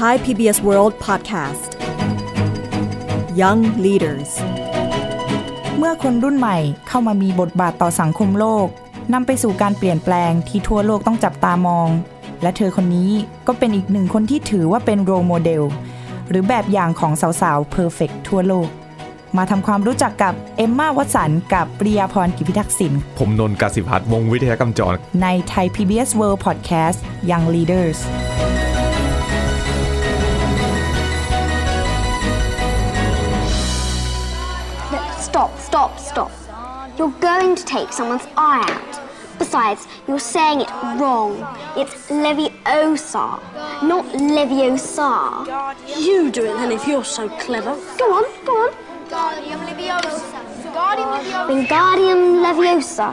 Thai PBS World Podcast Young Leaders เมื่อคนรุ่นใหม่เข้ามามีบทบาทต่อสังคมโลกนำไปสู่การเปลี่ยนแปลงที่ทั่วโลกต้องจับตามองและเธอคนนี้ก็เป็นอีกหนึ่งคนที่ถือว่าเป็นโรลโมเดลหรือแบบอย่างของสาวๆเพอร์เฟคทั่วโลกมาทำความรู้จักกับเอมม่าวัตสันกับปริยาพรกิจพิทักษ์สินผมนนท์กสิพัฒน์วงศ์วิทยากรรมจรใน Thai PBS World Podcast Young Leaders Stop. You're going to take someone's eye out. Besides, you're saying it wrong. It's Leviosa, not Leviosa. You do it then if you're so clever. Go on. Wingardium Leviosa. Wingardium Leviosa.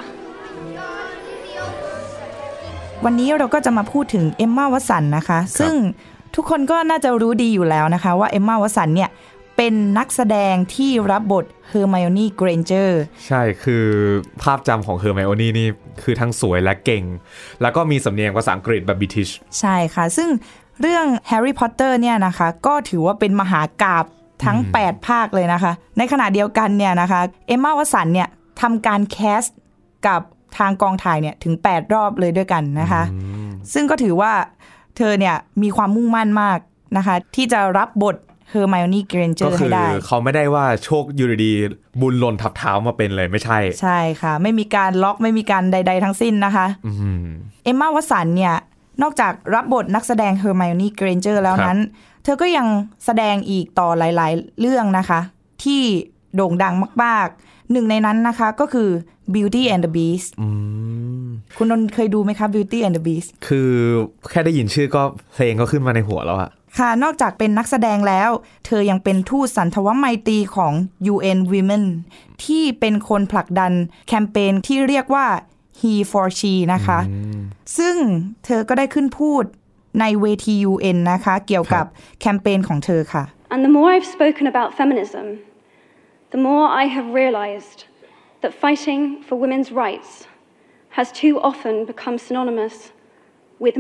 วันนี้เราก็จะมาพูดถึงเอมม่าวัตสันนะคะซึ่งทุกคนก็น่าจะรู้ดีอยู่แล้วนะคะว่าเอมม่าวัตสันเนี่ยเป็นนักแสดงที่รับบทเฮอร์ไมโอนี่เกรนเจอร์ใช่คือภาพจำของเฮอร์ไมโอนี่นี่คือทั้งสวยและเก่งแล้วก็มีสำเนียงภาษาอังกฤษแบบบริติชใช่ค่ะซึ่งเรื่องแฮร์รี่พอตเตอร์เนี่ยนะคะก็ถือว่าเป็นมหากาพย์ทั้ง8ภาคเลยนะคะในขณะเดียวกันเนี่ยนะคะเอมม่าวัตสันเนี่ยทำการแคสต์กับทางกองถ่ายเนี่ยถึง8รอบเลยด้วยกันนะคะซึ่งก็ถือว่าเธอเนี่ยมีความมุ่งมั่นมากนะคะที่จะรับบทเฮอร์ไมโอนี่เกรนเจอร์ให้ได้ก็คือเขาไม่ได้ว่าโชคอยู่ดีๆบุญหล่นทับเท้ามาเป็นเลยไม่ใช่ใช่ค่ะไม่มีการล็อกไม่มีการใดๆทั้งสิ้นนะคะเอมม่าวัตสันเนี่ยนอกจากรับบทนักแสดงเฮอร์ไมโอนี่เกรนเจอร์แล้วนั้นเธอก็ยังแสดงอีกต่อหลายๆเรื่องนะคะที่โด่งดังมากๆหนึ่งในนั้นนะคะก็คือ Beauty and the Beast คุณนนท์เคยดูไหมคะ Beauty and the Beast คือแค่ได้ยินชื่อก็เพลงก็ขึ้นมาในหัวแล้วอะค่ะนอกจากเป็นนักแสดงแล้วเธอยังเป็นทูตสันทวไมตรีของ UN Women ที่เป็นคนผลักดันแคมเปญที่เรียกว่า He for She นะคะซึ่งเธอก็ได้ขึ้นพูดในเวที UN นะคะเกี่ยวกับแคมเปญของเธอค่ะ And the more I've spoken about feminism, the more I have realized that fighting for women's rights has too often become synonymous with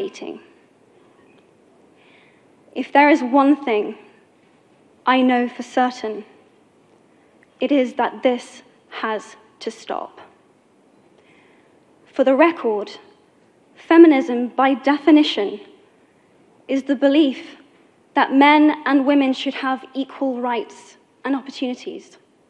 man-hating.If there is one thing I know for certain, it is that this has to stop. For the record, feminism by definition is the belief that men and women should have equal rights and opportunities.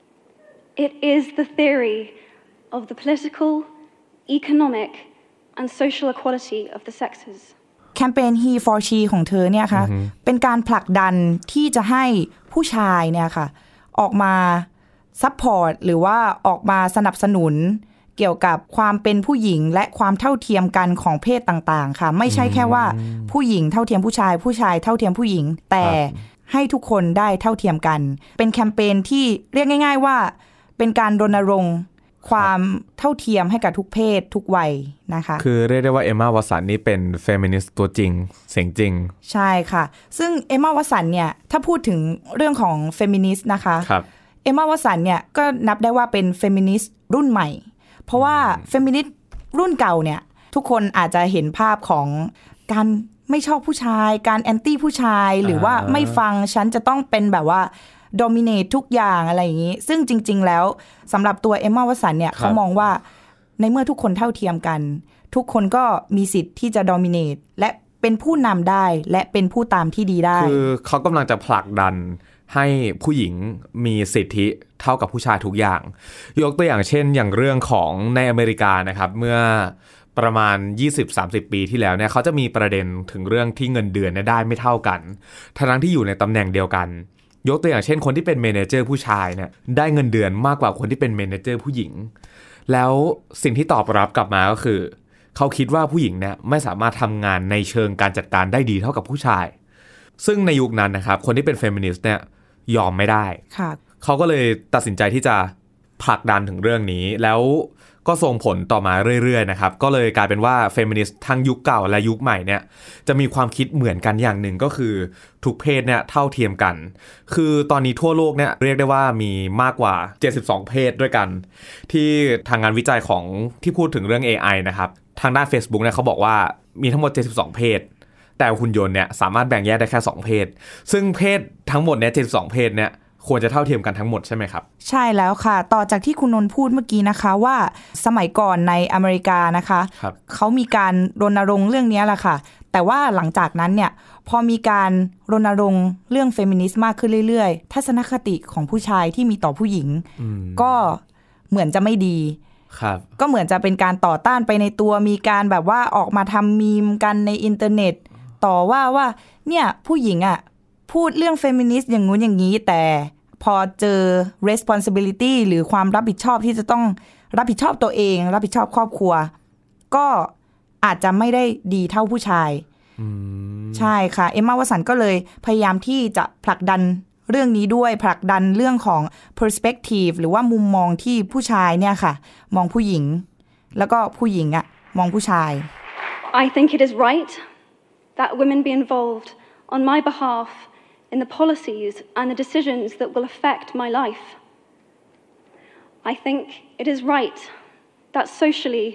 It is the theory of the political, economic, and social equality of the sexes. แคมเปญ He for She ของเธอเนี่ยค่ะเป็นการผลักดันที่จะให้ผู้ชายเนี่ยค่ะออกมาซัพพอร์ตหรือว่าออกมาสนับสนุนเกี่ยวกับความเป็นผู้หญิงและความเท่าเทียมกันของเพศต่างๆค่ะไม่ใช่แค่ว่าผู้หญิงเท่าเทียมผู้ชายผู้ชายเท่าเทียมผู้หญิงแต่ให้ทุกคนได้เท่าเทียมกันเป็นแคมเปญที่เรียกง่ายๆว่าเป็นการรณรงค์ความเท่าเทียมให้กับทุกเพศทุกวัยนะคะคือเรียกได้ว่าเอมม่าวัตสันนี่เป็นเฟมินิสต์ตัวจริงเสียงจริงใช่ค่ะซึ่งเอมม่าวัตสันเนี่ยถ้าพูดถึงเรื่องของเฟมินิสต์นะคะเอมม่าวัตสันเนี่ยก็นับได้ว่าเป็นเฟมินิสต์รุ่นใหม่เพราะว่าเฟมินิสต์รุ่นเก่าเนี่ยทุกคนอาจจะเห็นภาพของการไม่ชอบผู้ชายการแอนตี้ผู้ชายหรือว่าไม่ฟังฉันจะต้องเป็นแบบว่าdominate ทุกอย่างอะไรอย่างนี้ซึ่งจริงๆแล้วสำหรับตัวเอมม่าวัตสันเนี่ยเขามองว่าในเมื่อทุกคนเท่าเทียมกันทุกคนก็มีสิทธิ์ที่จะ dominate และเป็นผู้นำได้และเป็นผู้ตามที่ดีได้คือเขากำลังจะผลักดันให้ผู้หญิงมีสิทธิเท่ากับผู้ชายทุกอย่างยกตัวอย่างเช่นอย่างเรื่องของในอเมริกานะครับเมื่อประมาณ 20-30 ปีที่แล้วเนี่ยเขาจะมีประเด็นถึงเรื่องที่เงินเดือนได้ไม่เท่ากันทั้งที่อยู่ในตำแหน่งเดียวกันยกตัวอย่างเช่นคนที่เป็นเมเนเจอร์ผู้ชายเนี่ยได้เงินเดือนมากกว่าคนที่เป็นเมเนเจอร์ผู้หญิงแล้วสิ่งที่ตอบรับกลับมาก็คือเขาคิดว่าผู้หญิงเนี่ยไม่สามารถทำงานในเชิงการจัดการได้ดีเท่ากับผู้ชายซึ่งในยุคนั้นนะครับคนที่เป็นเฟมินิสต์เนี่ยยอมไม่ได้เขาก็เลยตัดสินใจที่จะผลักดันถึงเรื่องนี้แล้วก็ส่งผลต่อมาเรื่อยๆนะครับก็เลยกลายเป็นว่าเฟมินิสต์ทั้งยุคเก่าและยุคใหม่เนี่ยจะมีความคิดเหมือนกันอย่างหนึ่งก็คือทุกเพศเนี่ยเท่าเทียมกันคือตอนนี้ทั่วโลกเนี่ยเรียกได้ว่ามีมากกว่า72เพศด้วยกันที่ทางงานวิจัยของที่พูดถึงเรื่อง AI นะครับทางด้าน Facebook เนี่ยเขาบอกว่ามีทั้งหมด72เพศแต่หุ่นยนต์เนี่ยสามารถแบ่งแยกได้แค่2เพศซึ่งเพศทั้งหมดเนี่ย72เพศเนี่ยควรจะเท่าเทียมกันทั้งหมดใช่ไหมครับใช่แล้วค่ะต่อจากที่คุณนนท์พูดเมื่อกี้นะคะว่าสมัยก่อนในอเมริกานะคะเขามีการรณรงค์เรื่องนี้แหละค่ะแต่ว่าหลังจากนั้นเนี่ยพอมีการรณรงค์เรื่องเฟมินิสต์มากขึ้นเรื่อยๆทัศนคติของผู้ชายที่มีต่อผู้หญิงก็เหมือนจะไม่ดีก็เหมือนจะเป็นการต่อต้านไปในตัวมีการแบบว่าออกมาทำมีมกันในอินเทอร์เน็ตต่อว่าเนี่ยผู้หญิงอ่ะพูดเรื่องเฟมินิสต์อย่างงู้นอย่างนี้แต่พอเจอ responsibility หรือความรับผิดชอบที่จะต้องรับผิดชอบตัวเองรับผิดชอบครอบครัวก็อาจจะไม่ได้ดีเท่าผู้ชายใช่ค่ะเอมม่าวสันก็เลยพยายามที่จะผลักดันเรื่องนี้ด้วยผลักดันเรื่องของ perspective หรือว่ามุมมองที่ผู้ชายเนี่ยค่ะมองผู้หญิงแล้วก็ผู้หญิงอ่ะมองผู้ชาย I think it is right that women be involved on my behalf in the policies and the decisions that will affect my life. I think it is right that socially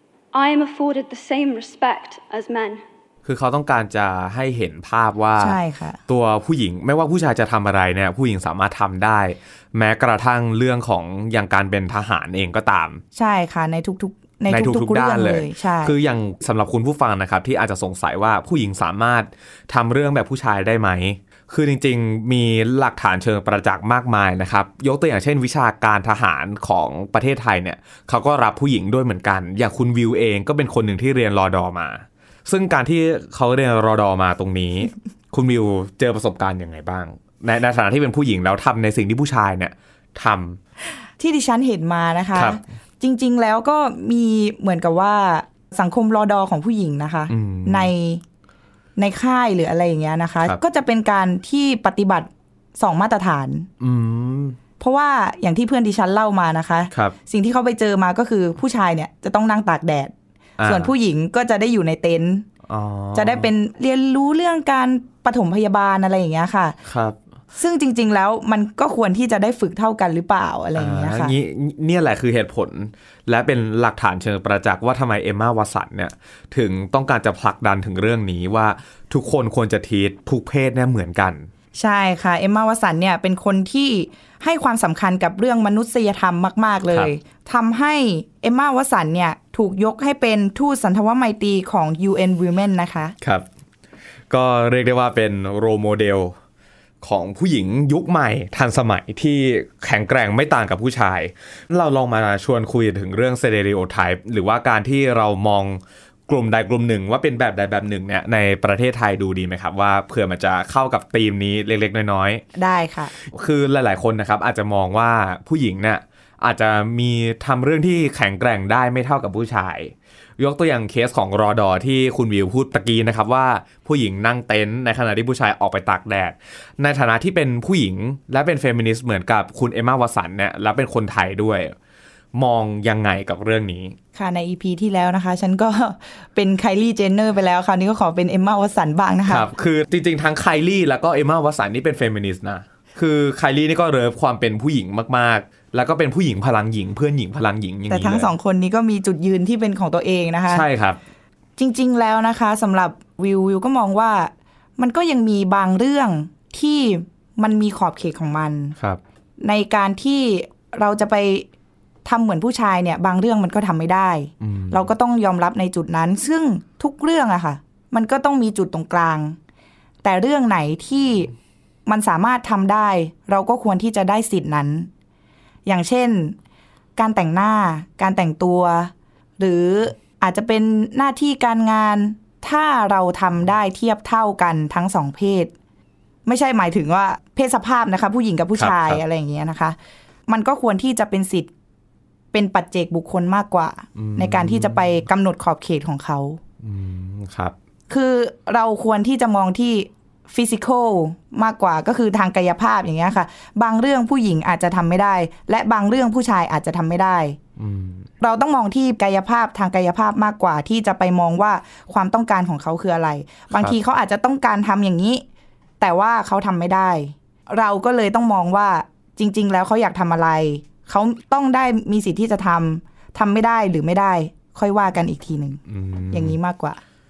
I am afforded the same respect as men. คือเขาต้องการจะให้เห็นภาพว่าตัวผู้หญิงไม่ว่าผู้ชายจะทำอะไรเนี่ยผู้หญิงสามารถทำได้แม้กระทั่งเรื่องของอย่างการเป็นทหารเองก็ตามใช่ค่ะในทุกด้านเลยคืออย่างสำหรับคุณผู้ฟังนะครับที่อาจจะสงสัยว่าผู้หญิงสามารถทำเรื่องแบบผู้ชายได้ไหมคือจริงๆมีหลักฐานเชิงประจักษ์มากมายนะครับยกตัวอย่างเช่นวิชาการทหารของประเทศไทยเนี่ยเขาก็รับผู้หญิงด้วยเหมือนกันอย่างคุณวิวเองก็เป็นคนหนึ่งที่เรียนรด.มาซึ่งการที่เขาเรียนรด.มาตรงนี้ คุณวิวเจอประสบการณ์ยังไงบ้างในฐานะที่เป็นผู้หญิงแล้วทำในสิ่งที่ผู้ชายเนี่ยทำที่ดิฉันเห็นมานะคะจริงๆแล้วก็มีเหมือนกับว่าสังคมรด.ของผู้หญิงนะคะในค่ายหรืออะไรอย่างเงี้ยนะคะก็จะเป็นการที่ปฏิบัติ2มาตรฐานเพราะว่าอย่างที่เพื่อนดิฉันเล่ามานะคะสิ่งที่เขาไปเจอมาก็คือผู้ชายเนี่ยจะต้องนั่งตากแดดส่วนผู้หญิงก็จะได้อยู่ในเต็นท์จะได้เป็นเรียนรู้เรื่องการปฐมพยาบาลอะไรอย่างเงี้ยค่ะซึ่งจริงๆแล้วมันก็ควรที่จะได้ฝึกเท่ากันหรือเปล่าอะไรอย่างเงี้ยค่ะเนี่ยแหละคือเหตุผลและเป็นหลักฐานเชิงประจักษ์ว่าทำไมเอมม่าวสันเนี่ยถึงต้องการจะผลักดันถึงเรื่องนี้ว่าทุกคนควรจะทีททุกเพศเนี่ยเหมือนกันใช่ค่ะเอมม่าวสันเนี่ยเป็นคนที่ให้ความสำคัญกับเรื่องมนุษยธรรมมากๆเลยทำให้เอมม่าวสันเนี่ยถูกยกให้เป็นทูตสันทวไมตรีของ UN Women นะคะครับก็เรียกได้ว่าเป็นโรลโมเดลของผู้หญิงยุคใหม่ทันสมัยที่แข็งแกร่งไม่ต่างกับผู้ชายเราลองมาชวนคุยถึงเรื่อง stereotype หรือว่าการที่เรามองกลุ่มใดกลุ่มหนึ่งว่าเป็นแบบใดแบบหนึ่งเนี่ยในประเทศไทยดูดีไหมครับว่าเผื่อมันจะเข้ากับธีมนี้เล็กๆน้อยๆได้ค่ะคือหลายๆคนนะครับอาจจะมองว่าผู้หญิงเนี่ยอาจจะมีทำเรื่องที่แข็งแกร่งได้ไม่เท่ากับผู้ชายยกตัวอย่างเคสของรด.ที่คุณวิวพูดตะกี้นะครับว่าผู้หญิงนั่งเต็นท์ในขณะที่ผู้ชายออกไปตากแดดในฐานะที่เป็นผู้หญิงและเป็นเฟมินิสต์เหมือนกับคุณเอมม่าวสันเนี่ยและเป็นคนไทยด้วยมองยังไงกับเรื่องนี้ค่ะใน EP ที่แล้วนะคะฉันก็เป็นไคลี่เจนเนอร์ไปแล้วคราวนี้ก็ขอเป็นเอมม่าวสันบ้างนะคะครับคือจริงๆทั้งไคลี่แล้วก็เอมม่าวสันนี่เป็นเฟมินิสต์นะคือไคลี่นี่ก็เลิฟความเป็นผู้หญิงมากๆแล้วก็เป็นผู้หญิงพลังหญิงเพื่อนหญิงพลังหญิงอย่างนี้แต่ทั้งสองคนนี้ก็มีจุดยืนที่เป็นของตัวเองนะคะใช่ครับจริงๆแล้วนะคะสำหรับวิวก็มองว่ามันก็ยังมีบางเรื่องที่มันมีขอบเขตของมันในการที่เราจะไปทำเหมือนผู้ชายเนี่ยบางเรื่องมันก็ทำไม่ได้เราก็ต้องยอมรับในจุดนั้นซึ่งทุกเรื่องอะค่ะมันก็ต้องมีจุดตรงกลางแต่เรื่องไหนที่มันสามารถทำได้เราก็ควรที่จะได้สิทธินั้นอย่างเช่นการแต่งหน้าการแต่งตัวหรืออาจจะเป็นหน้าที่การงานถ้าเราทำได้เทียบเท่ากันทั้งสองเพศไม่ใช่หมายถึงว่าเพศสภาพนะคะผู้หญิงกับผู้ชายอะไรอย่างเงี้ยนะคะมันก็ควรที่จะเป็นสิทธิ์เป็นปัจเจกบุคคลมากกว่าในการที่จะไปกำหนดขอบเขตของเขาครับคือเราควรที่จะมองที่ฟิสิกอลมากกว่าก็คือทางกายภาพอย่างเงี้ยค่ะบางเรื่องผู้หญิงอาจจะทำไม่ได้และบางเรื่องผู้ชายอาจจะทำไม่ได้เราต้องมองที่กายภาพทางกายภาพมากกว่าที่จะไปมองว่าความต้องการของเขาคืออะไรบางทีเขาอาจจะต้องการทำอย่างนี้แต่ว่าเขาทำไม่ได้เราก็เลยต้องมองว่าจริงๆแล้วเขาอยากทำอะไรเขาต้องได้มีสิทธิ์ที่จะทำไม่ได้หรือไม่ได้ค่อยว่ากันอีกทีนึงอย่างนี้มากกว่า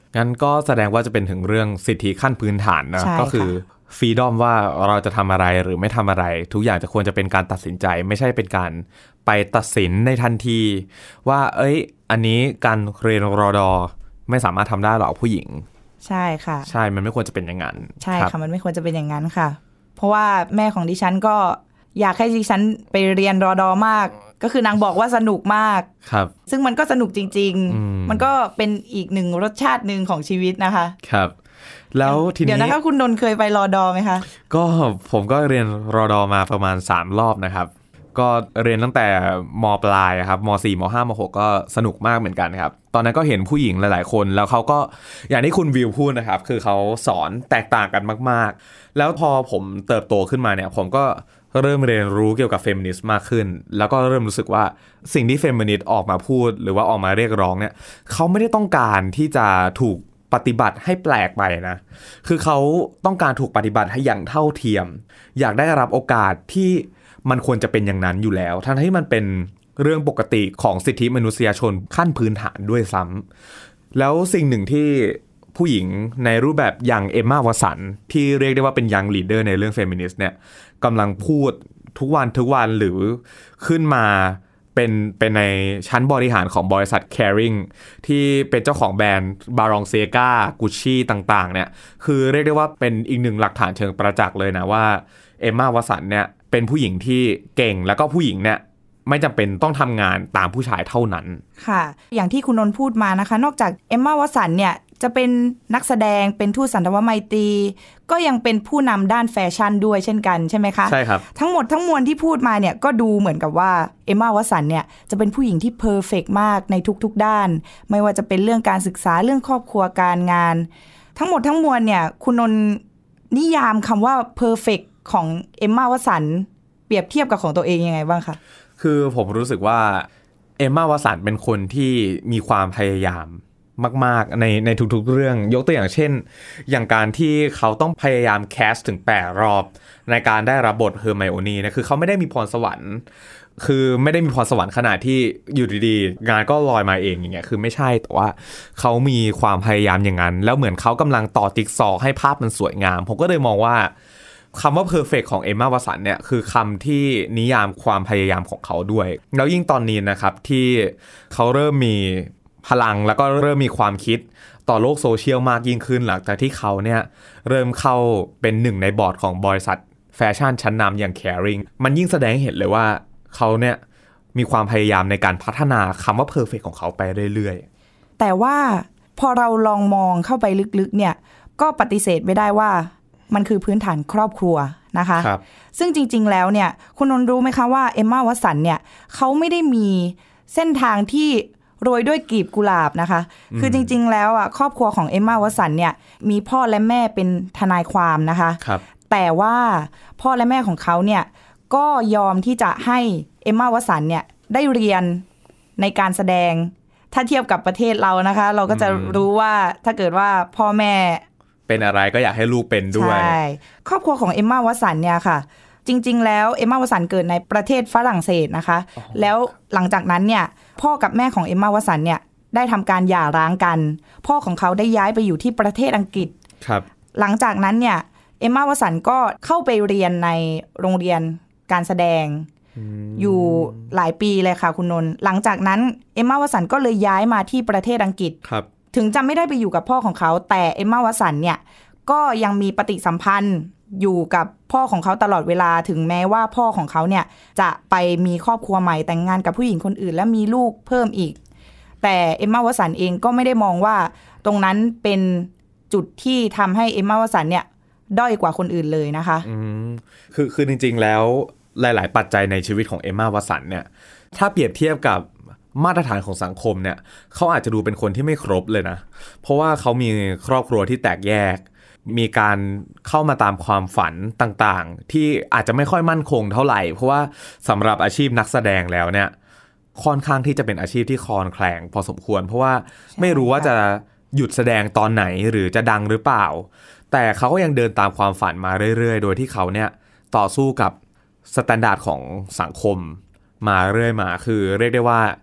งั้นก็แสดงว่าจะเป็นถึงเรื่องสิทธิขั้นพื้นฐานนะก็คือฟรีดอมว่าเราจะทำอะไรหรือไม่ทำอะไรทุกอย่างจะควรจะเป็นการตัดสินใจไม่ใช่เป็นการไปตัดสินในทันทีว่าอันนี้การเรียนรอดอไม่สามารถทำได้หรอกผู้หญิงใช่ค่ะใช่มันไม่ควรจะเป็นอย่างนั้นใช่ค่ะมันไม่ควรจะเป็นอย่างนั้นค่ะเพราะว่าแม่ของดิฉันก็อยากให้ดิฉันไปเรียนรอดอมากก็คือนางบอกว่าสนุกมากครับซึ่งมันก็สนุกจริงๆมันก็เป็นอีกหนึ่งรสชาติหนึ่งของชีวิตนะคะครับแล้วทีนี้เดี๋ยวนะคะคุณนนท์เคยไปรอดอไหมคะก็ผมก็เรียนรอดอมาประมาณ3รอบนะครับก็เรียนตั้งแต่ม.ปลายครับม.4 ม.5 ม.6 ก็สนุกมากเหมือนกันครับตอนนั้นก็เห็นผู้หญิงหลายๆคนแล้วเขาก็อย่างที่คุณวิวพูดนะครับคือเขาสอนแตกต่างกันมากๆแล้วพอผมเติบโตขึ้นมาเนี่ยผมก็เริ่มเรียนรู้เกี่ยวกับเฟมินิสต์มากขึ้นแล้วก็เริ่มรู้สึกว่าสิ่งที่เฟมินิสต์ออกมาพูดหรือว่าออกมาเรียกร้องเนี่ยเขาไม่ได้ต้องการที่จะถูกปฏิบัติให้แปลกไปนะคือเขาต้องการถูกปฏิบัติให้อย่างเท่าเทียมอยากได้รับโอกาสที่มันควรจะเป็นอย่างนั้นอยู่แล้วทั้งที่มันเป็นเรื่องปกติของสิทธิมนุษยชนขั้นพื้นฐานด้วยซ้ำแล้วสิ่งหนึ่งที่ผู้หญิงในรูปแบบอย่างเอมม่าวอตสันที่เรียกได้ว่าเป็นยังลีดเดอร์ในเรื่องเฟมินิสต์เนี่ยกำลังพูดทุกวันหรือขึ้นมาเป็นในชั้นบริหารของบริษัท Kering ที่เป็นเจ้าของแบรนด์ Balenciaga Gucci ต่างๆเนี่ยคือเรียกได้ว่าเป็นอีกหนึ่งหลักฐานเชิงประจักษ์เลยนะว่าเอมม่าวอตสันเนี่ยเป็นผู้หญิงที่เก่งแล้วก็ผู้หญิงเนี่ยไม่จำเป็นต้องทำงานตามผู้ชายเท่านั้นค่ะอย่างที่คุณนนท์พูดมานะคะนอกจากเอมม่าวอตสันเนี่ยจะเป็นนักแสดงเป็นทูตสันทวไมตรีก็ยังเป็นผู้นำด้านแฟชั่นด้วยเช่นกันใช่ไหมคะใช่ครับทั้งหมดทั้งมวลที่พูดมาเนี่ยก็ดูเหมือนกับว่าเอมม่าวอตสันเนี่ยจะเป็นผู้หญิงที่เพอร์เฟกต์มากในทุกๆด้านไม่ว่าจะเป็นเรื่องการศึกษาเรื่องครอบครัวการงานทั้งหมดทั้งมวลเนี่ยคุณนนท์นิยามคำว่าเพอร์เฟกต์ของเอมม่าวอตสันเปรียบเทียบกับของตัวเองยังไงบ้างคะคือผมรู้สึกว่าเอมม่าวอตสันเป็นคนที่มีความพยายามมากๆในทุกๆเรื่องยกตัวอย่างเช่นอย่างการที่เขาต้องพยายามแคสถึง8รอบในการได้รับบทเฮอร์ไมโอนี่นะคือเขาไม่ได้มีพรสวรรค์คือไม่ได้มีพรสวรรค์ขนาดที่อยู่ดีๆงานก็ลอยมาเองอย่างเงี้ยคือไม่ใช่แต่ว่าเขามีความพยายามอย่างนั้นแล้วเหมือนเขากำลังต่อจิ๊กซอว์ให้ภาพมันสวยงามผมก็เลยมองว่าคำว่า perfect ของเอมม่าวอตสันเนี่ยคือคำที่นิยามความพยายามของเขาด้วยแล้วยิ่งตอนนี้นะครับที่เขาเริ่มมีพลังแล้วก็เริ่มมีความคิดต่อโลกโซเชียลมากยิ่งขึ้นหลังจากที่เขาเนี่ยเริ่มเข้าเป็นหนึ่งในบอร์ดของบริษัทแฟชั่นชั้นนำอย่าง Kering มันยิ่งแสดงให้เห็นเลยว่าเขาเนี่ยมีความพยายามในการพัฒนาคำว่า perfect ของเขาไปเรื่อยๆแต่ว่าพอเราลองมองเข้าไปลึกๆเนี่ยก็ปฏิเสธไม่ได้ว่ามันคือพื้นฐานครอบครัวนะคะซึ่งจริงๆแล้วเนี่ยคุณนนท์รู้ไหมคะว่าเอมม่าวอตสันเนี่ยเขาไม่ได้มีเส้นทางที่โรยด้วยกลีบกุหลาบนะคะคือจริงๆแล้วอ่ะครอบครัวของเอมม่าวอตสันเนี่ยมีพ่อและแม่เป็นทนายความนะคะแต่ว่าพ่อและแม่ของเขาเนี่ยก็ยอมที่จะให้เอมม่าวอตสันเนี่ยได้เรียนในการแสดงถ้าเทียบกับประเทศเรานะคะเราก็จะรู้ว่าถ้าเกิดว่าพ่อแม่เป็นอะไรก็อยากให้ลูกเป็นด้วยใช่ครอบครัวของเอมม่าวอตสันเนี่ยค่ะจริงๆแล้วเอมม่าวอตสันเกิดในประเทศฝรั่งเศสนะคะแล้วหลังจากนั้นเนี่ยพ่อกับแม่ของเอมม่าวอตสันเนี่ยได้ทำการหย่าร้างกันพ่อของเขาได้ย้ายไปอยู่ที่ประเทศอังกฤษครับหลังจากนั้นเนี่ยเอมม่าวอตสันก็เข้าไปเรียนในโรงเรียนการแสดงอยู่หลายปีเลยค่ะคุณนนท์หลังจากนั้นเอมม่าวอตสันก็เลยย้ายมาที่ประเทศอังกฤษถึงจะไม่ได้ไปอยู่กับพ่อของเขาแต่เอมม่าวอตสันเนี่ยก็ยังมีปฏิสัมพันธ์อยู่กับพ่อของเขาตลอดเวลาถึงแม้ว่าพ่อของเขาเนี่ยจะไปมีครอบครัวใหม่แต่งงานกับผู้หญิงคนอื่นและมีลูกเพิ่มอีกแต่เอมม่าวอตสันเองก็ไม่ได้มองว่าตรงนั้นเป็นจุดที่ทำให้เอมม่าวอตสันเนี่ยด้อยกว่าคนอื่นเลยนะคะคือจริงๆแล้วหลายๆปัจจัยในชีวิตของเอมม่าวอตสันเนี่ยถ้าเปรียบเทียบกับมาตรฐานของสังคมเนี่ยเขาอาจจะดูเป็นคนที่ไม่ครบเลยนะเพราะว่าเขามีครอบครัวที่แตกแยกมีการเข้ามาตามความฝันต่างๆที่อาจจะไม่ค่อยมั่นคงเท่าไหร่เพราะว่าสำหรับอาชีพนักแสดงแล้วเนี่ยค่อนข้างที่จะเป็นอาชีพที่คลอนแคลงพอสมควรเพราะว่าไม่รู้ว่าจะหยุดแสดงตอนไหนหรือจะดังหรือเปล่าแต่เขาก็ยังเดินตามความฝันมาเรื่อยๆโดยที่เขาเนี่ยต่อสู้กับสแตนดาร์ดของสังคมมาเรื่อยมาคือเรียกได้ว่า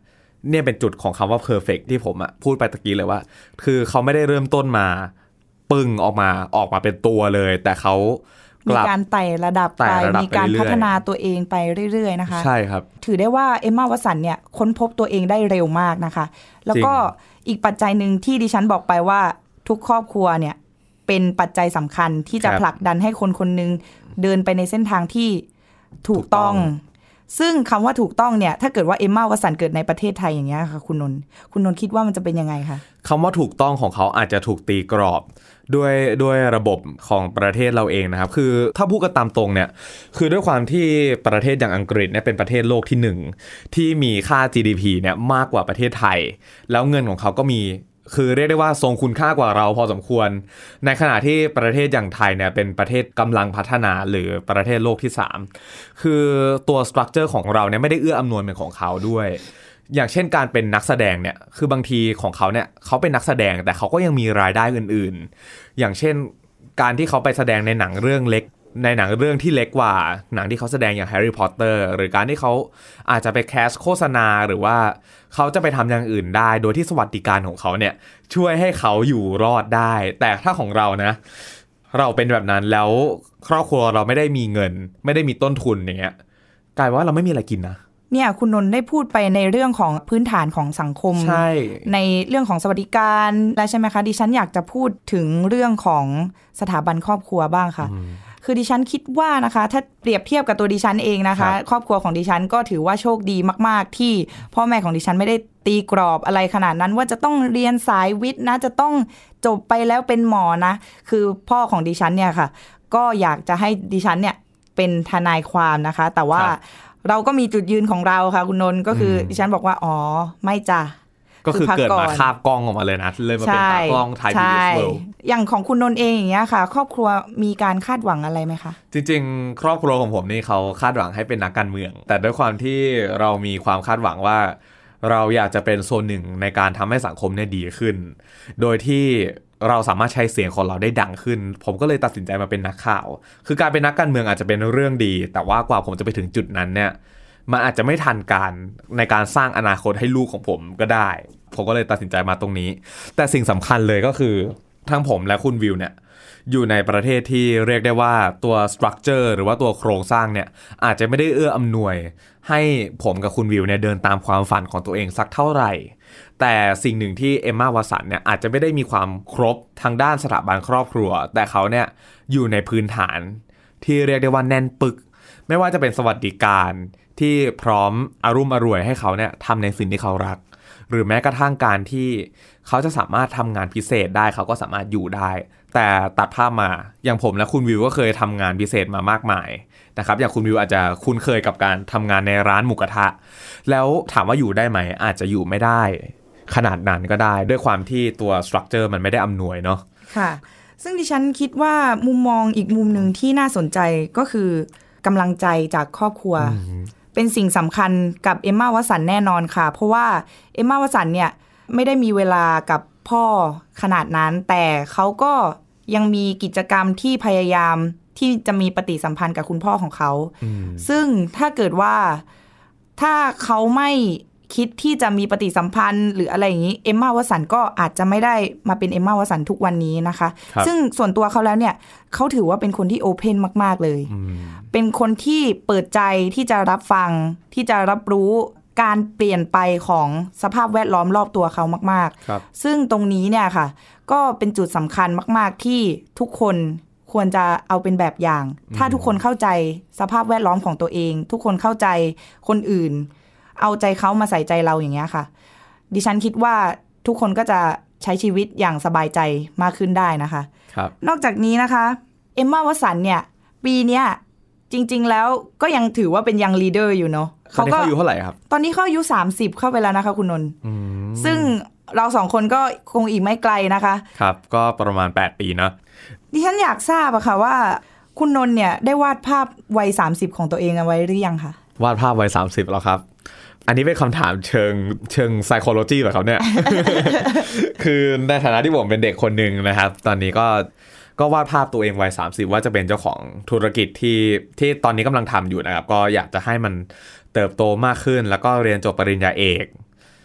เนี่ยเป็นจุดของคำว่า perfect ที่ผมพูดไปตะกี้เลยว่าคือเขาไม่ได้เริ่มต้นมาปึ้งออกมาเป็นตัวเลยแต่เขามีการไต่ระดับไปมีการพัฒนาตัวเองไปเรื่อยๆนะคะใช่ครับถือได้ว่าเอมม่าวัตสันเนี่ยค้นพบตัวเองได้เร็วมากนะคะแล้วก็อีกปัจจัยนึงที่ดิฉันบอกไปว่าทุกครอบครัวเนี่ยเป็นปัจจัยสำคัญที่จะผลักดันให้คนคนนึงเดินไปในเส้นทางที่ถูกต้องซึ่งคำว่าถูกต้องเนี่ยถ้าเกิดว่าเอมม่าวัตสันเกิดในประเทศไทยอย่างเงี้ยค่ะคุณนนท์คิดว่ามันจะเป็นยังไงคะคำว่าถูกต้องของเขาอาจจะถูกตีกรอบด้วยระบบของประเทศเราเองนะครับคือถ้าพูดกันตามตรงเนี่ยคือด้วยความที่ประเทศอย่างอังกฤษเนี่ยเป็นประเทศโลกที่1ที่มีค่า GDP เนี่ยมากกว่าประเทศไทยแล้วเงินของเขาก็มีคือเรียกได้ว่าทรงคุณค่ากว่าเราพอสมควรในขณะที่ประเทศอย่างไทยเนี่ยเป็นประเทศกำลังพัฒนาหรือประเทศโลกที่3คือตัวสตรัคเจอร์ของเราเนี่ยไม่ได้เอื้ออำนวยเหมือนของเขาด้วยอย่างเช่นการเป็นนักแสดงเนี่ยคือบางทีของเขาเนี่ยเขาเป็นนักแสดงแต่เขาก็ยังมีรายได้อื่นๆอย่างเช่นการที่เขาไปแสดงในหนังเรื่องเล็กในหนังเรื่องที่เล็กกว่าหนังที่เขาแสดงอย่างแฮร์รี่พอตเตอร์หรือการที่เขาอาจจะไปแคสโฆษณาหรือว่าเขาจะไปทำอย่างอื่นได้โดยที่สวัสดิการของเขาเนี่ยช่วยให้เขาอยู่รอดได้แต่ถ้าของเรานะเราเป็นแบบนั้นแล้วครอบครัวเราไม่ได้มีเงินไม่ได้มีต้นทุนอย่างเงี้ยกลายว่าเราไม่มีอะไรกินนะเนี่ยคุณนนท์ได้พูดไปในเรื่องของพื้นฐานของสังคมในเรื่องของสวัสดิการแล้วใช่ไหมคะดิฉันอยากจะพูดถึงเรื่องของสถาบันครอบครัวบ้างค่ะคือดิฉันคิดว่านะคะถ้าเปรียบเทียบกับตัวดิฉันเองนะคะครอบครัวของดิฉันก็ถือว่าโชคดีมากๆที่พ่อแม่ของดิฉันไม่ได้ตีกรอบอะไรขนาดนั้นว่าจะต้องเรียนสายวิทย์นะจะต้องจบไปแล้วเป็นหมอนะคือพ่อของดิฉันเนี่ยค่ะก็อยากจะให้ดิฉันเนี่ยเป็นทนายความนะคะแต่ว่าเราก็มีจุดยืนของเราค่ะคุณนนท์ก็คือดิฉันบอกว่าอ๋อไม่จ้ะก็คือเกิดมาคาบกล้องออกมาเลยนะเลยมาเป็นตากล้องไทย PBS World อย่างของคุณนนท์เองอย่างเงี้ยค่ะครอบครัวมีการคาดหวังอะไรไหมคะจริงๆครอบครัวของผมนี่เขาคาดหวังให้เป็นนักการเมืองแต่ด้วยความที่เรามีความคาดหวังว่าเราอยากจะเป็นโซนหนึ่งในการทำให้สังคมเนี่ยดีขึ้นโดยที่เราสามารถใช้เสียงของเราได้ดังขึ้นผมก็เลยตัดสินใจมาเป็นนักข่าวคือการเป็นนักการเมืองอาจจะเป็นเรื่องดีแต่ว่ากว่าผมจะไปถึงจุดนั้นเนี่ยมันอาจจะไม่ทันการในการสร้างอนาคตให้ลูกของผมก็ได้ผมก็เลยตัดสินใจมาตรงนี้แต่สิ่งสำคัญเลยก็คือทั้งผมและคุณวิวเนี่ยอยู่ในประเทศที่เรียกได้ว่าตัวสตรัคเจอร์หรือว่าตัวโครงสร้างเนี่ยอาจจะไม่ได้เอื้ออำนวยให้ผมกับคุณวิวเนี่ยเดินตามความฝันของตัวเองสักเท่าไหร่แต่สิ่งหนึ่งที่เอมม่าวัตสันเนี่ยอาจจะไม่ได้มีความครบทางด้านสถาบันครอบครัวแต่เขาเนี่ยอยู่ในพื้นฐานที่เรียกได้ว่าแน่นปึกไม่ว่าจะเป็นสวัสดิการที่พร้อมอรุ่มอร่วยให้เขาเนี่ยทำในสิ่งที่เขารักหรือแม้กระทั่งการที่เขาจะสามารถทำงานพิเศษได้เขาก็สามารถอยู่ได้แต่ตัดภาพมาอย่างผมและคุณวิวก็เคยทำงานพิเศษมามากมายนะครับอย่างคุณวิวอาจจะคุ้นเคยกับการทำงานในร้านหมูกระทะแล้วถามว่าอยู่ได้ไหมอาจจะอยู่ไม่ได้ขนาดนั้นก็ได้ด้วยความที่ตัวสตรัคเจอร์มันไม่ได้อำนวยเนาะค่ะซึ่งดิฉันคิดว่ามุมมองอีกมุมนึงที่น่าสนใจก็คือกำลังใจจากครอบครัวเป็นสิ่งสำคัญกับเอมม่าวัตสันแน่นอนค่ะเพราะว่าเอมม่าวัตสันเนี่ยไม่ได้มีเวลากับพ่อขนาดนั้นแต่เขาก็ยังมีกิจกรรมที่พยายามที่จะมีปฏิสัมพันธ์กับคุณพ่อของเขาซึ่งถ้าเกิดว่าถ้าเขาไม่คิดที่จะมีปฏิสัมพันธ์หรืออะไรอย่างนี้เอมม่าวัตสันก็อาจจะไม่ได้มาเป็นเอมม่าวัตสันทุกวันนี้นะคะซึ่งส่วนตัวเขาแล้วเนี่ยเขาถือว่าเป็นคนที่โอเพนมากๆเลยเป็นคนที่เปิดใจที่จะรับฟังที่จะรับรู้การเปลี่ยนไปของสภาพแวดล้อมรอบตัวเขามากๆซึ่งตรงนี้เนี่ยค่ะก็เป็นจุดสำคัญมากๆที่ทุกคนควรจะเอาเป็นแบบอย่างถ้าทุกคนเข้าใจสภาพแวดล้อมของตัวเองทุกคนเข้าใจคนอื่นเอาใจเขามาใส่ใจเราอย่างเงี้ยค่ะดิฉันคิดว่าทุกคนก็จะใช้ชีวิตอย่างสบายใจมากขึ้นได้นะคะครับนอกจากนี้นะคะเอมม่าวัตสันเนี่ยปีเนี้ยจริงๆแล้วก็ยังถือว่าเป็นยังลีดเดอร์อยู่เนาะเขาก็อายุเท่าไหร่ครับตอนนี้เขาอายุ30เข้าไปแล้วนะคะคุณนนท์ซึ่งเราสองคนก็คงอีกไม่ไกลนะคะครับก็ประมาณ8ปีนะดิฉันอยากทราบอะค่ะว่าคุณนนท์เนี่ยได้วาดภาพวัย30ของตัวเองเอาไว้หรือยังคะวาดภาพวัย30แล้วครับอันนี้เป็นคำถามเชิง psychology เหรอครับเนี่ย คือในฐานะที่ผมเป็นเด็กคนหนึ่งนะครับตอนนี้ก็วาดภาพตัวเองวัย30ว่าจะเป็นเจ้าของธุรกิจที่ตอนนี้กำลังทำอยู่นะครับก็อยากจะให้มันเติบโตมากขึ้นแล้วก็เรียนจบปริญญาเอก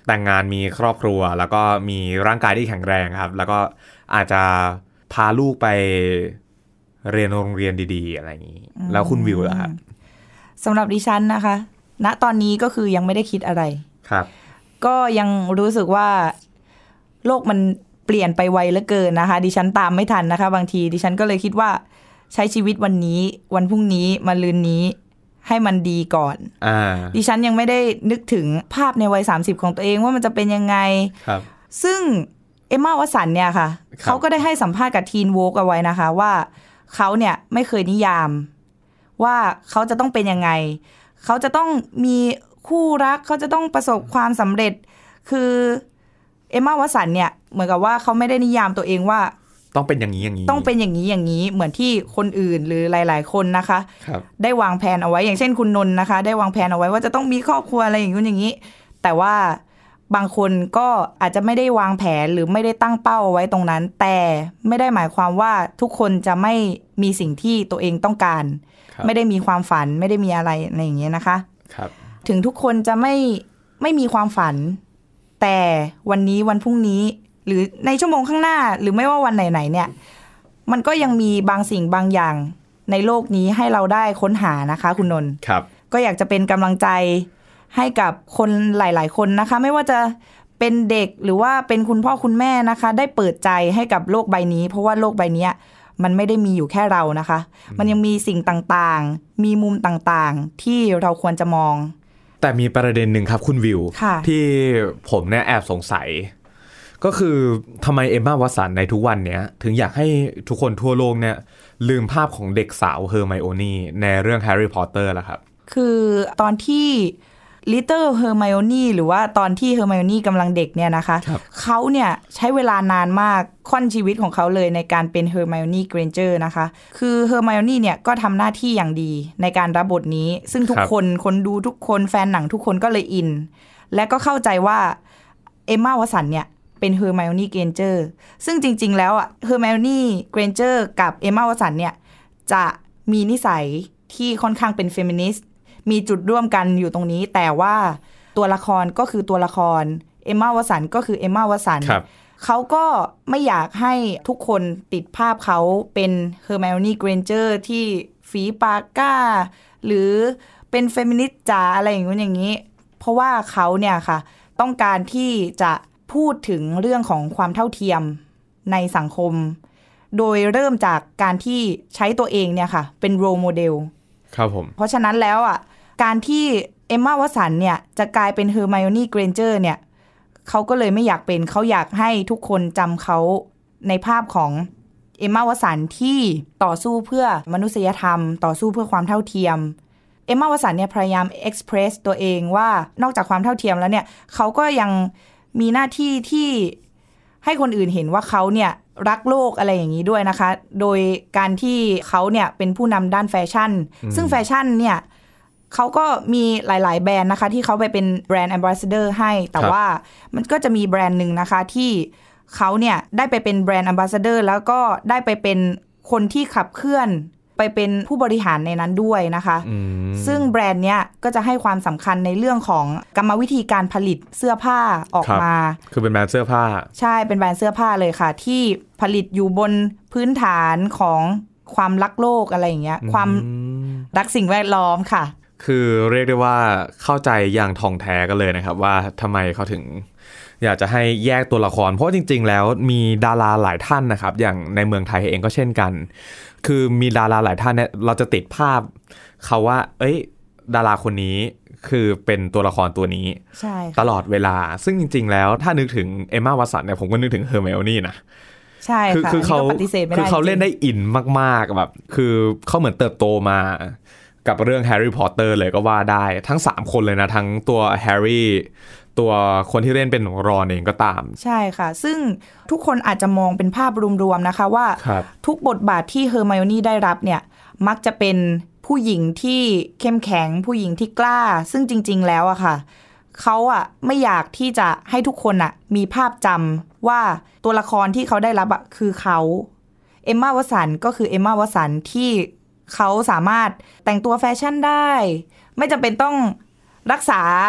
แต่งงานมีครอบครัวแล้วก็มีร่างกายที่แข็งแรงครับแล้วก็อาจจะพาลูกไปเรียนโรงเรียนดีๆอะไรอย่างนี้แล้วคุณวิวล่ะครับสำหรับดิฉันนะคะณตอนนี้ก็คือยังไม่ได้คิดอะไรครับก็ยังรู้สึกว่าโลกมันเปลี่ยนไปไวเหลือเกินนะคะดิฉันตามไม่ทันนะคะบางทีดิฉันก็เลยคิดว่าใช้ชีวิตวันนี้วันพรุ่งนี้มะรืนนี้ให้มันดีก่อนดิฉันยังไม่ได้นึกถึงภาพในวัย30ของตัวเองว่ามันจะเป็นยังไงซึ่งเอมม่าวัตสันเนี่ยค่ะเขาก็ได้ให้สัมภาษณ์กับทีนโวกเอาไว้นะคะว่าเขาเนี่ยไม่เคยนิยามว่าเขาจะต้องเป็นยังไงเขาจะต้องมีคู่รักเขาจะต้องประสบความสำเร็จคือเอมม่าวัตสันเนี่ยเหมือนกับว่าเขาไม่ได้นิยามตัวเองว่าต้องเป็นอย่างนี้อย่างนี้ต้องเป็นอย่างนี้อย่างนี้เหมือนที่คนอื่นหรือหลายๆคนนะคะได้วางแผนเอาไว้อย่างเช่นคุณนนท์นะคะได้วางแผนเอาไว้ว่าจะต้องมีครอบครัวอะไรอย่างนู้นอย่างนี้แต่ว่าบางคนก็อาจจะไม่ได้วางแผนหรือไม่ได้ตั้งเป้าไว้ตรงนั้นแต่ไม่ได้หมายความว่าทุกคนจะไม่มีสิ่งที่ตัวเองต้องการไม่ได้มีความฝันไม่ได้มีอะไรอย่างเงี้ยนะคะถึงทุกคนจะไม่มีความฝันแต่วันนี้วันพรุ่งนี้หรือในชั่วโมงข้างหน้าหรือไม่ว่าวันไหนๆเนี่ยมันก็ยังมีบางสิ่งบางอย่างในโลกนี้ให้เราได้ค้นหานะคะคุณนนท์ก็อยากจะเป็นกำลังใจให้กับคนหลายๆคนนะคะไม่ว่าจะเป็นเด็กหรือว่าเป็นคุณพ่อคุณแม่นะคะได้เปิดใจให้กับโลกใบนี้เพราะว่าโลกใบนี้มันไม่ได้มีอยู่แค่เรานะคะมันยังมีสิ่งต่างๆมีมุมต่างๆที่เราควรจะมองแต่มีประเด็นหนึ่งครับคุณวิวที่ผมเนี่ยแอบสงสัยก็คือทำไมเอมม่าวัตสันในทุกวันเนี้ยถึงอยากให้ทุกคนทั่วโลกเนี่ยลืมภาพของเด็กสาวเฮอร์ไมโอนี่ในเรื่องแฮร์รี่พอตเตอร์ล่ะครับคือตอนที่Little Hermione หรือว่าตอนที่ Hermione กำลังเด็กเนี่ยนะคะเขาเนี่ยใช้เวลานานมากค่อนชีวิตของเขาเลยในการเป็น Hermione Granger นะคะคือ Hermione เนี่ยก็ทำหน้าที่อย่างดีในการรับบทนี้ซึ่งทุกคนดูทุกคนแฟนหนังทุกคนก็เลยอินและก็เข้าใจว่าเอมม่าวัตสันเนี่ยเป็น Hermione Granger ซึ่งจริงๆแล้วอ่ะ Hermione Granger กับเอมม่าวัตสันเนี่ยจะมีนิสัยที่ค่อนข้างเป็นเฟมินิสต์มีจุดร่วมกันอยู่ตรงนี้แต่ว่าตัวละครก็คือตัวละครเอมม่าวัตสันก็คือเอมม่าวัตสันเขาก็ไม่อยากให้ทุกคนติดภาพเขาเป็น Hermione Granger ที่ฝีปากกล้าหรือเป็นเฟมินิสต์จ๋าอะไรอย่างงี้อย่างนี้เพราะว่าเขาเนี่ยค่ะต้องการที่จะพูดถึงเรื่องของความเท่าเทียมในสังคมโดยเริ่มจากการที่ใช้ตัวเองเนี่ยค่ะเป็นโรลโมเดลครับผมเพราะฉะนั้นแล้วอ่ะการที่เอมม่าวัตสันเนี่ยจะกลายเป็น Hermione Granger เนี่ยเขาก็เลยไม่อยากเป็นเขาอยากให้ทุกคนจำเขาในภาพของเอมม่าวัตสันที่ต่อสู้เพื่อมนุษยธรรมต่อสู้เพื่อความเท่าเทียมเอมม่าวัตสันเนี่ยพยายามเอ็กซ์เพรสตัวเองว่านอกจากความเท่าเทียมแล้วเนี่ยเขาก็ยังมีหน้าที่ที่ให้คนอื่นเห็นว่าเขาเนี่ยรักโลกอะไรอย่างนี้ด้วยนะคะโดยการที่เขาเนี่ยเป็นผู้นำด้านแฟชั่นซึ่งแฟชั่นเนี่ยเขาก็มีหลายๆแบรนด์นะคะที่เขาไปเป็นแบรนด์แอมบาสเดอร์ให้แต่ว่ามันก็จะมีแบรนด์หนึ่งนะคะที่เขาเนี่ยได้ไปเป็นแบรนด์แอมบาสเดอร์แล้วก็ได้ไปเป็นคนที่ขับเคลื่อนไปเป็นผู้บริหารในนั้นด้วยนะคะซึ่งแบรนด์เนี้ยก็จะให้ความสำคัญในเรื่องของกรรมวิธีการผลิตเสื้อผ้าออกมาคือเป็นแบรนด์เสื้อผ้าใช่เป็นแบรนด์เสื้อผ้าเลยค่ะที่ผลิตอยู่บนพื้นฐานของความรักโลกอะไรอย่างเงี้ยความรักสิ่งแวดล้อมค่ะคือเรียกได้ว่าเข้าใจอย่างท่องแท้กันเลยนะครับว่าทำไมเขาถึงอยากจะให้แยกตัวละครเพราะจริงๆแล้วมีดาราหลายท่านนะครับอย่างในเมืองไทยเองก็เช่นกันคือมีดาราหลายท่านเนี่ยเราจะติดภาพเขาว่าดาราคนนี้คือเป็นตัวละครตัวนี้ตลอดเวลาซึ่งจริงๆแล้วถ้านึกถึงเอมม่าวัตสันเนี่ยผมก็นึกถึงเฮอร์ไมโอนี่นะใช่ค่ะคือเขาเล่นได้อินมากๆแบบคือเขาเหมือนเติบโตมากับเรื่องแฮร์รี่พอตเตอร์เลยก็ว่าได้ทั้ง3คนเลยนะทั้งตัวแฮร์รี่ตัวคนที่เล่นเป็นรอนเองก็ตามใช่ค่ะซึ่งทุกคนอาจจะมองเป็นภาพรวมๆนะคะว่าทุกบทบาทที่เฮอร์ไมโอนี่ได้รับเนี่ยมักจะเป็นผู้หญิงที่เข้มแข็งผู้หญิงที่กล้าซึ่งจริงๆแล้วอะค่ะเขาอะไม่อยากที่จะให้ทุกคนอะมีภาพจำว่าตัวละครที่เขาได้รับอะคือเขาเอมม่าวัตสันก็คือเอมม่าวัตสันที่เขาสามารถแต่งตัวแฟชั่นได้ไม่จำเป็นต้องรักษา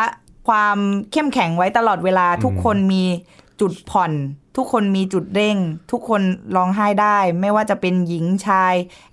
ความเข้มแข็งไว้ตลอดเวลาทุกคนมีจุดผ่อนทุกคนมีจุดเร่งทุกคนร้องไห้ได้ไม่ว่าจะเป็นหญิงชาย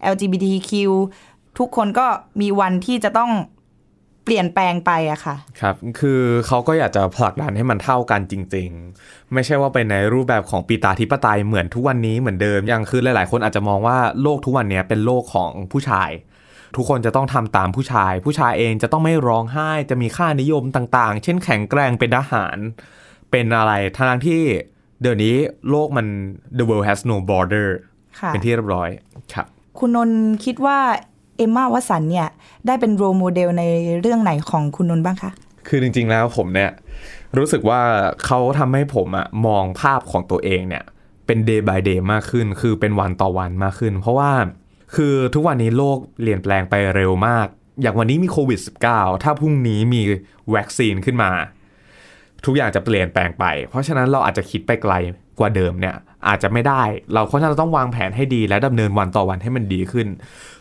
LGBTQ ทุกคนก็มีวันที่จะต้องเปลี่ยนแปลงไปอะค่ะครับคือเขาก็อยากจะผลักดันให้มันเท่ากันจริงๆไม่ใช่ว่าเป็นในรูปแบบของปีตาธิปไตยเหมือนทุกวันนี้เหมือนเดิมอย่างคือหลายๆคนอาจจะมองว่าโลกทุกวันนี้เป็นโลกของผู้ชายทุกคนจะต้องทำตามผู้ชายเองจะต้องไม่ร้องไห้จะมีค่านิยมต่างๆเช่นแข็งแกร่งเป็นทหารเป็นอะไรทั้งที่เดี๋ยวนี้โลกมัน the world has no border เป็นที่เรียบร้อยครับคุณนนท์คิดว่าเอมม่าวสันต์เนี่ยได้เป็นโรลโมเดลในเรื่องไหนของคุณนนท์บ้างคะคือจริงๆแล้วผมเนี่ยรู้สึกว่าเขาทำให้ผมมองภาพของตัวเองเนี่ยเป็น day by day มากขึ้นคือเป็นวันต่อวันมากขึ้นเพราะว่าคือทุกวันนี้โลกเปลี่ยนแปลงไปเร็วมากอย่างวันนี้มีโควิด -19 ถ้าพรุ่งนี้มีวัคซีนขึ้นมาทุกอย่างจะเปลี่ยนแปลงไปเพราะฉะนั้นเราอาจจะคิดไปไกลกว่าเดิมเนี่ยอาจจะไม่ได้เพราะฉะนั้นเราต้องวางแผนให้ดีและดำเนินวันต่อวันให้มันดีขึ้น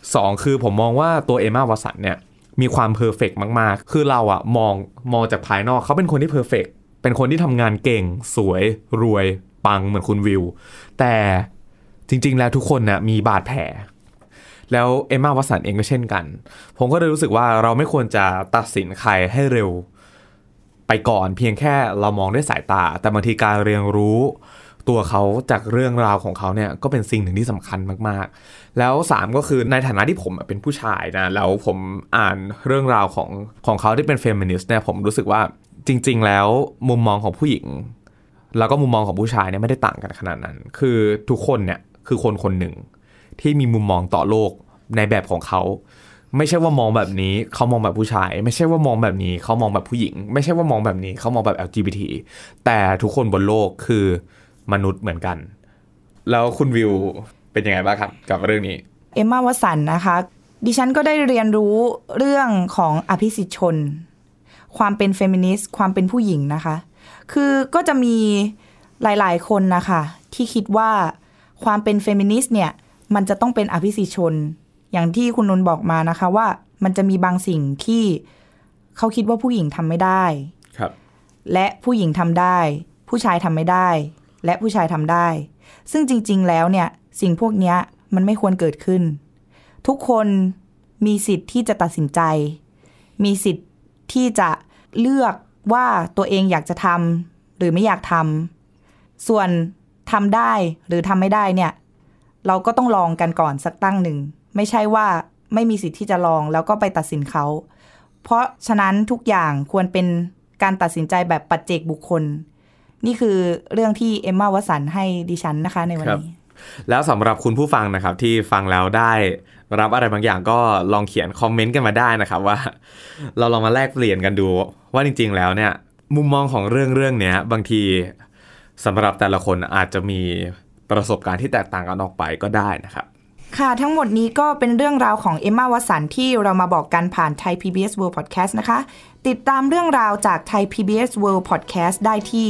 2คือผมมองว่าตัวเอมม่าวสันต์เนี่ยมีความเพอร์เฟกต์มากๆคือเรามองจากภายนอกเขาเป็นคนที่เพอร์เฟกต์เป็นคนที่ทำงานเก่งสวยรวยปังเหมือนคุณวิวแต่จริงๆแล้วทุกคนมีบาดแผลแล้วเอมม่าวสันต์เองก็เช่นกันผมก็เลยรู้สึกว่าเราไม่ควรจะตัดสินใครให้เร็วไปก่อนเพียงแค่เรามองด้วยสายตาแต่บางทีการเรียนรู้ตัวเขาจากเรื่องราวของเขาเนี่ยก็เป็นสิ่งหนึ่งที่สำคัญมากๆแล้ว3ก็คือในฐานะที่ผมเป็นผู้ชายนะแล้วผมอ่านเรื่องราวของเขาที่เป็นเฟมินิสต์เนี่ยผมรู้สึกว่าจริงๆแล้วมุมมองของผู้หญิงแล้วก็มุมมองของผู้ชายเนี่ยไม่ได้ต่างกันขนาดนั้นคือทุกคนเนี่ยคือคนหนึ่งที่มีมุมมองต่อโลกในแบบของเขาไม่ใช่ว่ามองแบบนี้เขามองแบบผู้ชายไม่ใช่ว่ามองแบบนี้เขามองแบบผู้หญิงไม่ใช่ว่ามองแบบนี้เขามองแบบ LGBT แต่ทุกคนบนโลกคือมนุษย์เหมือนกันแล้วคุณวิวเป็นยังไงบ้างครับกับเรื่องนี้เอมม่าวสันต์นะคะดิฉันก็ได้เรียนรู้เรื่องของอภิสิทธิชนความเป็นเฟมินิสต์ความเป็นผู้หญิงนะคะคือก็จะมีหลายๆคนนะคะที่คิดว่าความเป็นเฟมินิสต์เนี่ยมันจะต้องเป็นอภิสิทธิชนอย่างที่คุณนนท์บอกมานะคะว่ามันจะมีบางสิ่งที่เขาคิดว่าผู้หญิงทำไม่ได้ครับและผู้หญิงทำได้ผู้ชายทำไม่ได้และผู้ชายทำได้ซึ่งจริงๆแล้วเนี่ยสิ่งพวกนี้มันไม่ควรเกิดขึ้นทุกคนมีสิทธิ์ที่จะตัดสินใจมีสิทธิ์ที่จะเลือกว่าตัวเองอยากจะทำหรือไม่อยากทำส่วนทำได้หรือทำไม่ได้เนี่ยเราก็ต้องลองกันก่อนสักตั้งหนึ่งไม่ใช่ว่าไม่มีสิทธิ์ที่จะลองแล้วก็ไปตัดสินเขาเพราะฉะนั้นทุกอย่างควรเป็นการตัดสินใจแบบปัจเจกบุคคลนี่คือเรื่องที่เอมม่าวสันต์ให้ดิฉันนะคะในวันนี้แล้วสำหรับคุณผู้ฟังนะครับที่ฟังแล้วได้รับอะไรบางอย่างก็ลองเขียนคอมเมนต์กันมาได้นะครับว่าเราลองมาแลกเปลี่ยนกันดูว่าจริงๆแล้วเนี่ยมุมมองของเรื่องนี้บางทีสำหรับแต่ละคนอาจจะมีประสบการณ์ที่แตกต่างกันออกไปก็ได้นะครับค่ะทั้งหมดนี้ก็เป็นเรื่องราวของเอมม่าวสันต์ที่เรามาบอกกันผ่าน Thai PBS World Podcast นะคะติดตามเรื่องราวจาก Thai PBS World Podcast ได้ที่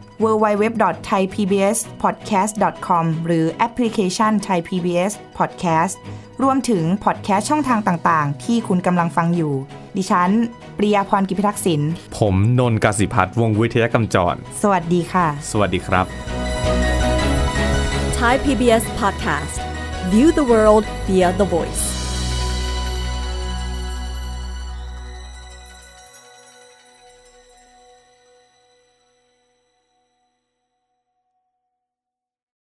www.thaipbspodcast.com หรือแอปพลิเคชัน Thai PBS Podcast รวมถึงพอดแคสต์ช่องทางต่างๆที่คุณกำลังฟังอยู่ดิฉันปริยาพรกิจพิทักษ์ศิลป์ผมนนท์กสิพัฒน์วงศ์วิทยากำจรสวัสดีค่ะสวัสดีครับ Thai PBS Podcast View the world via the voice